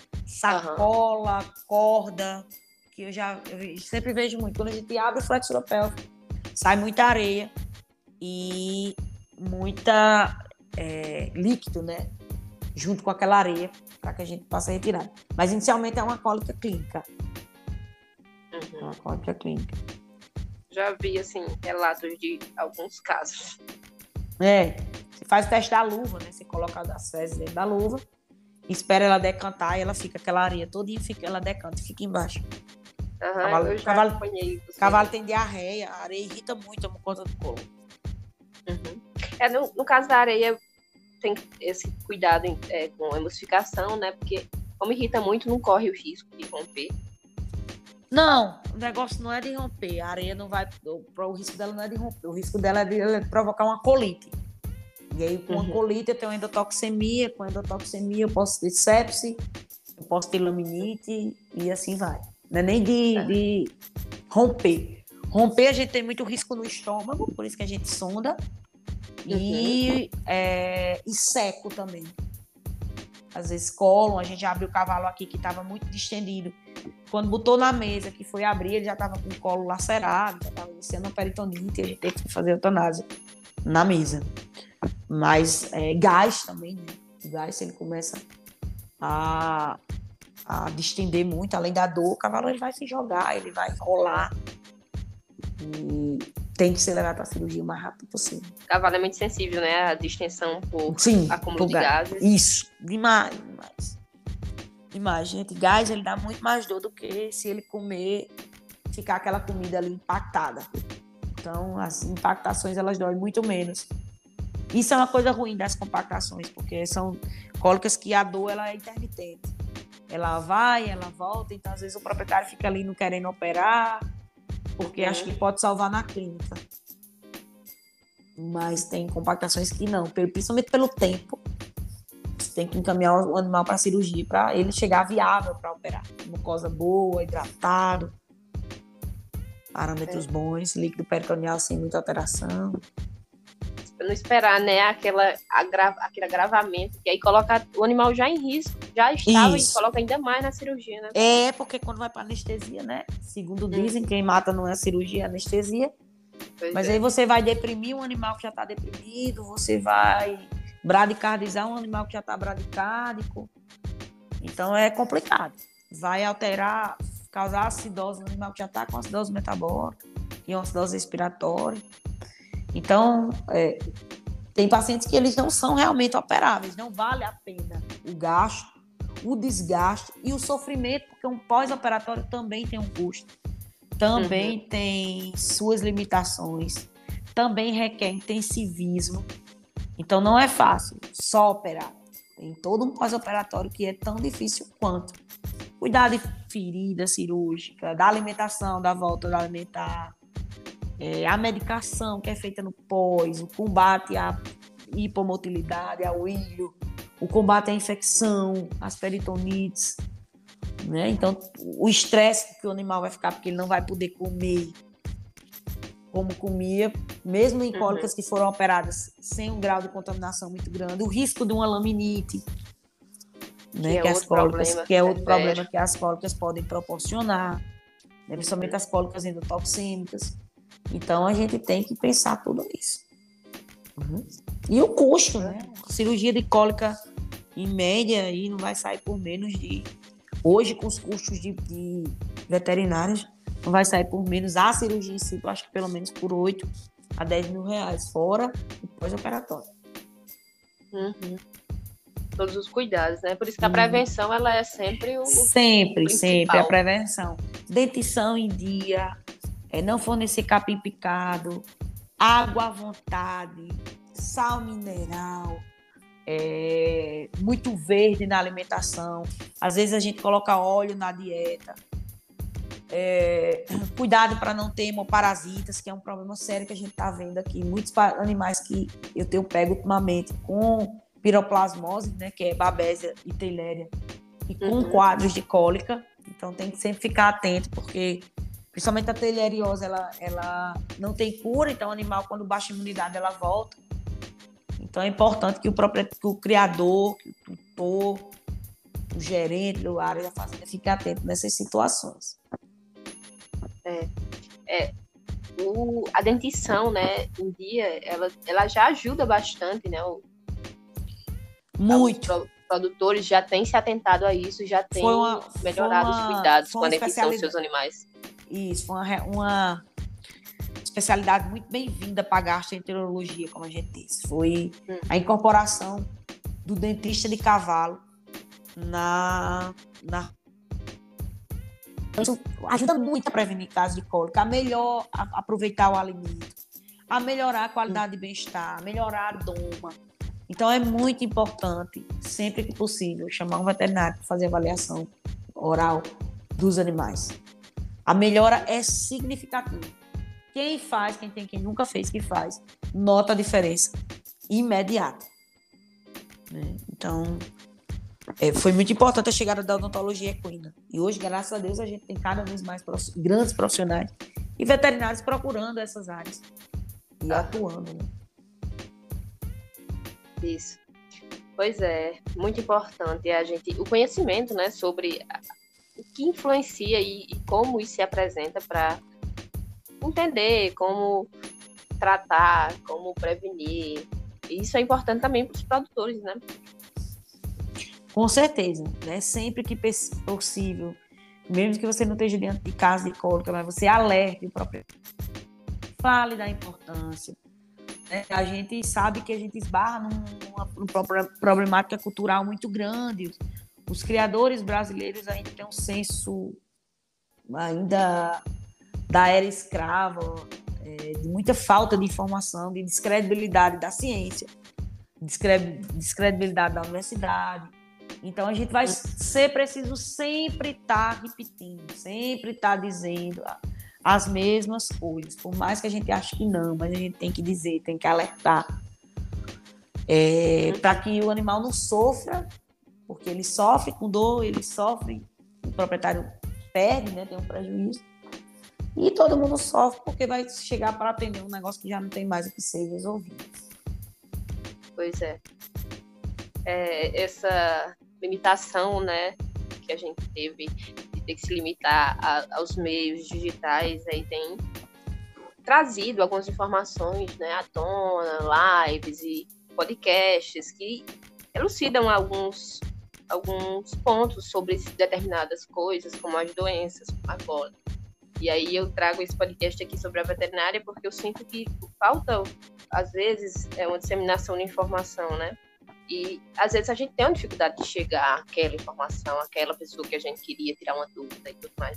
Sacola, corda, que eu sempre vejo muito. Quando a gente abre o flexor pélvico, sai muita areia e muita líquido, né? Junto com aquela areia, para que a gente possa retirar. Mas inicialmente é uma cólica clínica. É uma cólica clínica. Já vi, assim, relatos de alguns casos. Você faz o teste da luva, né? Você coloca as fezes dentro da luva, espera ela decantar e ela fica, aquela areia todinha, ela decanta e fica embaixo. Eu já acompanhei isso. Cavalo tem diarreia, a areia irrita muito a mucosa do colo. No caso da areia, tem esse cuidado com a emulsificação, né? Porque como irrita muito, não corre o risco de romper. Não, o negócio não é de romper. A areia não vai... O risco dela não é de romper. O risco dela é de provocar uma colite. E aí, com a colite, eu tenho endotoxemia. Com a endotoxemia, eu posso ter sepse, eu posso ter laminite e assim vai. Não é nem de romper. Romper, a gente tem muito risco no estômago, por isso que a gente sonda. E seco também. Às vezes cólon, a gente abre o cavalo aqui que estava muito distendido. Quando botou na mesa, que foi abrir, ele já estava com o colo lacerado, já estava iniciando a peritonite, a gente teve que fazer eutanásia na mesa. Mas gás também, né? O gás, se ele começa a distender muito, além da dor, o cavalo ele vai se jogar, ele vai rolar. E tem que acelerar para a cirurgia o mais rápido possível. O cavalo é muito sensível, né? A distensão por acúmulo de gases. Isso, demais. Gente, gás ele dá muito mais dor do que se ele comer, ficar aquela comida ali impactada. Então, as impactações, elas doem muito menos. Isso é uma coisa ruim das compactações, porque são cólicas que a dor ela é intermitente. Ela vai, ela volta, então às vezes o proprietário fica ali não querendo operar, porque acha que pode salvar na clínica. Mas tem compactações que não, principalmente pelo tempo. Você tem que encaminhar o animal para a cirurgia para ele chegar viável para operar. Mucosa boa, hidratado, parâmetros bons, líquido peritoneal sem muita alteração. Para não esperar, né, aquele agravamento, que aí coloca o animal já em risco, já estava e coloca ainda mais na cirurgia, né? Porque quando vai para anestesia, né? Segundo dizem, quem mata não é a cirurgia, é a anestesia. Mas aí você vai deprimir um animal que já está deprimido, você vai bradicardizar um animal que já está bradicárdico. Então é complicado. Vai alterar, causar acidose no animal que já está com acidose metabólica e uma acidose respiratória. Então, tem pacientes que eles não são realmente operáveis, não vale a pena o gasto, o desgaste e o sofrimento, porque um pós-operatório também tem um custo, também tem suas limitações, também requer intensivismo. Então, não é fácil só operar. Tem todo um pós-operatório que é tão difícil quanto. Cuidar de ferida cirúrgica, da alimentação, da volta da alimentar, a medicação que é feita no pós, o combate à hipomotilidade, ao ilho, o combate à infecção, às peritonites, né? Então, o estresse que o animal vai ficar porque ele não vai poder comer como comia, mesmo em cólicas que foram operadas sem um grau de contaminação muito grande, o risco de uma laminite, né? Que é outro problema que as cólicas podem proporcionar, né? Principalmente as cólicas endotoxêmicas. Então, a gente tem que pensar tudo isso. E o custo, né? Cirurgia de cólica, em média, aí não vai sair por menos de... Hoje, com os custos de veterinários, não vai sair por menos a cirurgia em si, eu acho que pelo menos por 8 a 10 mil reais, fora o pós-operatório. Todos os cuidados, né? Por isso que a prevenção, ela é sempre o Sempre principal. a prevenção. Dentição em dia, não fornecer capim picado, água à vontade, sal mineral, muito verde na alimentação. Às vezes a gente coloca óleo na dieta. Cuidado para não ter hemoparasitas, que é um problema sério que a gente está vendo aqui. Muitos animais que eu tenho pego ultimamente com piroplasmose, né, que é babésia e teiléria, e com quadros de cólica. Então tem que sempre ficar atento, porque principalmente a teileriose, ela não tem cura, então o animal, quando baixa a imunidade, ela volta. Então é importante que o criador, que o tutor, o gerente do área da fazenda fique atento nessas situações. a dentição, né, em dia, ela já ajuda bastante, né? Muito. Os produtores já têm se atentado a isso, já têm melhorado os cuidados com a dentição dos seus animais. Isso, foi uma especialidade muito bem-vinda para a gastroenterologia, como a gente disse. Foi a incorporação do dentista de cavalo Isso ajuda muito a prevenir casos de cólica, a melhor aproveitar o alimento, a melhorar a qualidade de bem-estar, a melhorar a doma. Então, é muito importante, sempre que possível, chamar um veterinário para fazer avaliação oral dos animais. A melhora é significativa. Quem nunca fez, que faz, nota a diferença imediata. Então, foi muito importante a chegada da odontologia equina. E hoje, graças a Deus, a gente tem cada vez mais grandes profissionais e veterinários procurando essas áreas e atuando, né? Isso. Pois é, muito importante o conhecimento, né, sobre o que influencia e como isso se apresenta para entender como tratar, como prevenir. E isso é importante também para os produtores, né? Com certeza, né? Sempre que possível, mesmo que você não esteja diante de caso de cólica, mas você alerte o próprio, fale da importância. A gente sabe que a gente esbarra numa problemática cultural muito grande. Os criadores brasileiros ainda têm um senso ainda da era escrava, de muita falta de informação, de descredibilidade da ciência, descredibilidade da universidade. Então, a gente vai ser preciso sempre estar repetindo, sempre estar dizendo as mesmas coisas, por mais que a gente ache que não, mas a gente tem que dizer, tem que alertar, para que o animal não sofra, porque ele sofre com dor, o proprietário perde, né, tem um prejuízo, e todo mundo sofre porque vai chegar para atender um negócio que já não tem mais o que ser resolvido. Pois é. Essa limitação, né, que a gente teve de ter que se limitar aos meios digitais, aí tem trazido algumas informações, né, à tona, lives e podcasts que elucidam alguns pontos sobre determinadas coisas, como as doenças, a cólica. E aí eu trago esse podcast aqui sobre a veterinária porque eu sinto que falta, às vezes, uma disseminação de informação, né? E às vezes a gente tem uma dificuldade de chegar àquela informação, àquela pessoa que a gente queria tirar uma dúvida e tudo mais.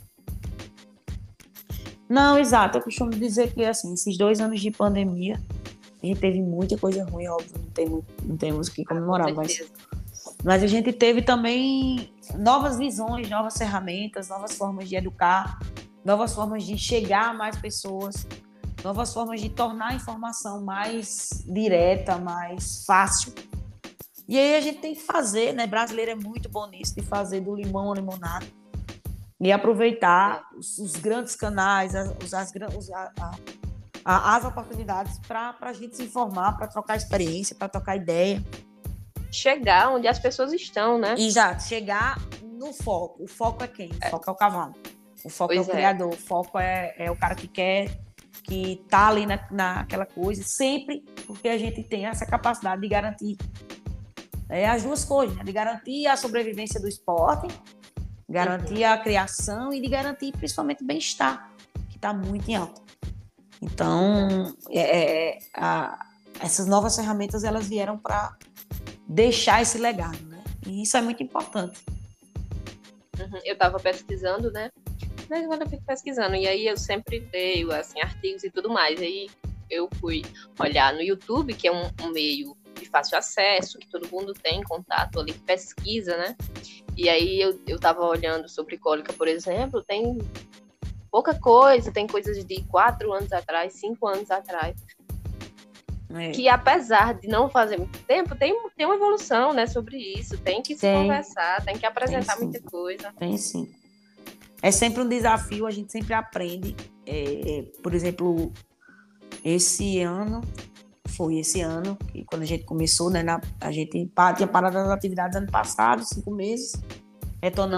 Não, exato. Eu costumo dizer que, assim, esses 2 anos de pandemia, a gente teve muita coisa ruim, óbvio, não temos o que comemorar, mas a gente teve também novas visões, novas ferramentas, novas formas de educar, novas formas de chegar a mais pessoas, novas formas de tornar a informação mais direta, mais fácil. E aí a gente tem que fazer, né? Brasileiro é muito bom nisso, de fazer do limão a limonada. E aproveitar os grandes canais, as oportunidades para a gente se informar, para trocar experiência, para trocar ideia. Chegar onde as pessoas estão, né? Exato, chegar no foco. O foco é quem? O foco é o cavalo. O foco é o criador. O foco é o cara que quer, que tá ali naquela coisa, sempre porque a gente tem essa capacidade de garantir as duas coisas, né? De garantir a sobrevivência do esporte, garantir a criação e de garantir principalmente o bem-estar, que está muito em alta. Então, essas novas ferramentas, elas vieram para deixar esse legado, né? E isso é muito importante. Eu estava pesquisando, né? Mas quando eu fico pesquisando, e aí eu sempre leio, assim, artigos e tudo mais. Aí eu fui olhar no YouTube, que é um meio de fácil acesso, que todo mundo tem contato ali, pesquisa, né? E aí eu tava olhando sobre cólica, por exemplo, tem pouca coisa, tem coisas de 4 anos atrás, 5 anos atrás, que apesar de não fazer muito tempo, tem uma evolução, né, sobre isso, tem que se conversar, tem que apresentar muita coisa. Tem sim. É sempre um desafio, a gente sempre aprende. Por exemplo, esse ano, que quando a gente começou, né, a gente tinha parado as atividades ano passado, 5 meses,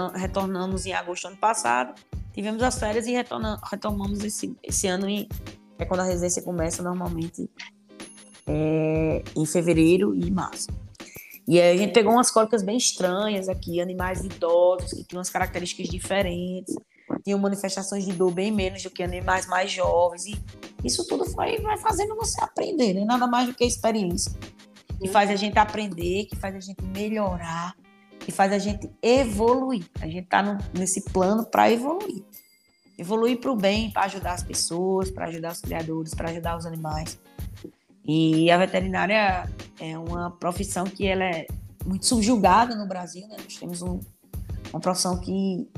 retornamos em agosto do ano passado, tivemos as férias e retomamos esse ano em que é quando a residência começa normalmente em fevereiro e março. E aí a gente pegou umas cólicas bem estranhas aqui, animais idosos, que tinham umas características diferentes, tinham manifestações de dor bem menos do que animais mais jovens. E isso tudo vai fazendo você aprender, né? Nada mais do que experiência. Que faz a gente aprender, que faz a gente melhorar, que faz a gente evoluir. A gente está nesse plano para evoluir. Evoluir para o bem, para ajudar as pessoas, para ajudar os criadores, para ajudar os animais. E a veterinária é uma profissão que ela é muito subjugada no Brasil, né? Nós temos uma profissão que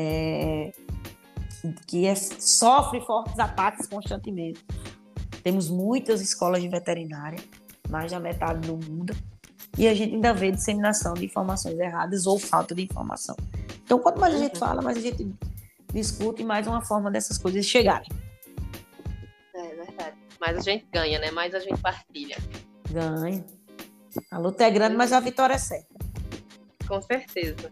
sofre fortes ataques constantemente. Temos muitas escolas de veterinária, mais da metade do mundo, e a gente ainda vê disseminação de informações erradas ou falta de informação. Então, quanto mais a gente fala, mais a gente discute, mais uma forma dessas coisas chegarem. É verdade. Mais a gente ganha, né? Mais a gente partilha. Ganha. A luta é grande, mas a vitória é certa. Com certeza.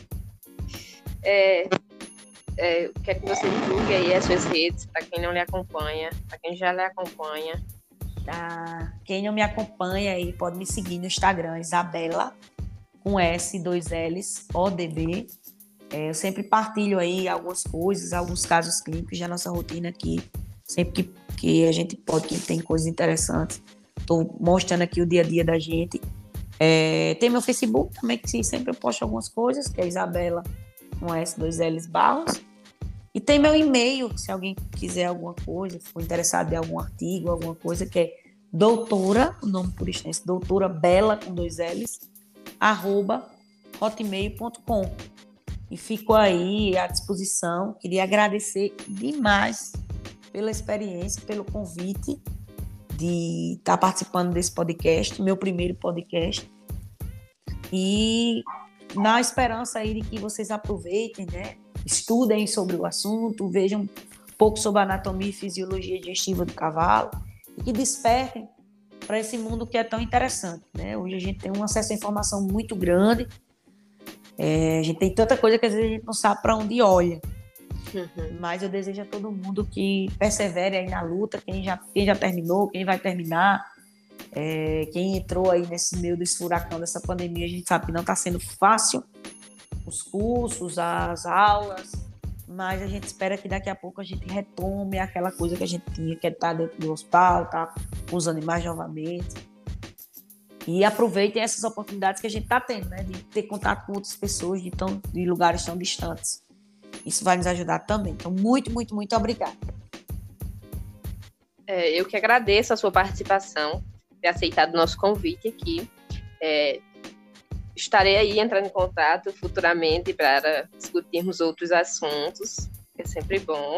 Quero que você divulgue aí as suas redes, para quem não lhe acompanha, para quem já lhe acompanha. Quem não me acompanha aí pode me seguir no Instagram, Isabela, com S, 2 L's, ODB. Eu sempre partilho aí algumas coisas, alguns casos clínicos da nossa rotina aqui. Sempre que a gente pode, que tem coisas interessantes. Estou mostrando aqui o dia a dia da gente. Tem meu Facebook também, que sempre eu posto algumas coisas, que é Isabela, com S, 2 L's, Barros. E tem meu e-mail, se alguém quiser alguma coisa, for interessado em algum artigo, alguma coisa, que é doutora, o nome por extenso, doutora Bela, com 2 L's, @hotmail.com. E fico aí à disposição. Queria agradecer demais pela experiência, pelo convite de estar participando desse podcast, meu primeiro podcast. E na esperança aí de que vocês aproveitem, né? Estudem sobre o assunto, vejam um pouco sobre a anatomia e fisiologia digestiva do cavalo e que despertem para esse mundo que é tão interessante, né? Hoje a gente tem um acesso à informação muito grande, a gente tem tanta coisa que às vezes a gente não sabe para onde olha. Mas eu desejo a todo mundo que persevere aí na luta, quem já terminou, quem vai terminar, quem entrou aí nesse meio desse furacão, dessa pandemia, a gente sabe que não está sendo fácil, os cursos, as aulas, mas a gente espera que daqui a pouco a gente retome aquela coisa que a gente tinha, que é estar dentro do hospital, estar com os animais novamente. E aproveitem essas oportunidades que a gente está tendo, né? De ter contato com outras pessoas de lugares tão distantes. Isso vai nos ajudar também. Então, muito, muito, muito obrigada. Eu que agradeço a sua participação, ter aceitado o nosso convite aqui. Estarei aí entrando em contato futuramente para discutirmos outros assuntos, que é sempre bom.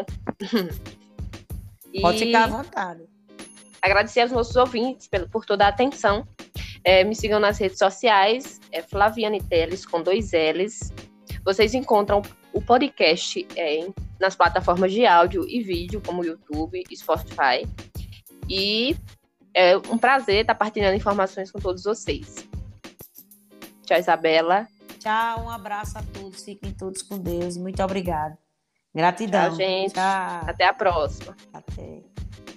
Pode ficar à vontade. Agradecer aos nossos ouvintes por toda a atenção. Me sigam nas redes sociais, Flaviane Teles, com 2 L's. Vocês encontram o podcast nas plataformas de áudio e vídeo, como YouTube e Spotify. E é um prazer estar partilhando informações com todos vocês. Tchau, Isabela. Tchau, um abraço a todos. Fiquem todos com Deus. Muito obrigada. Gratidão. Tchau, gente. Tchau. Até a próxima. Até.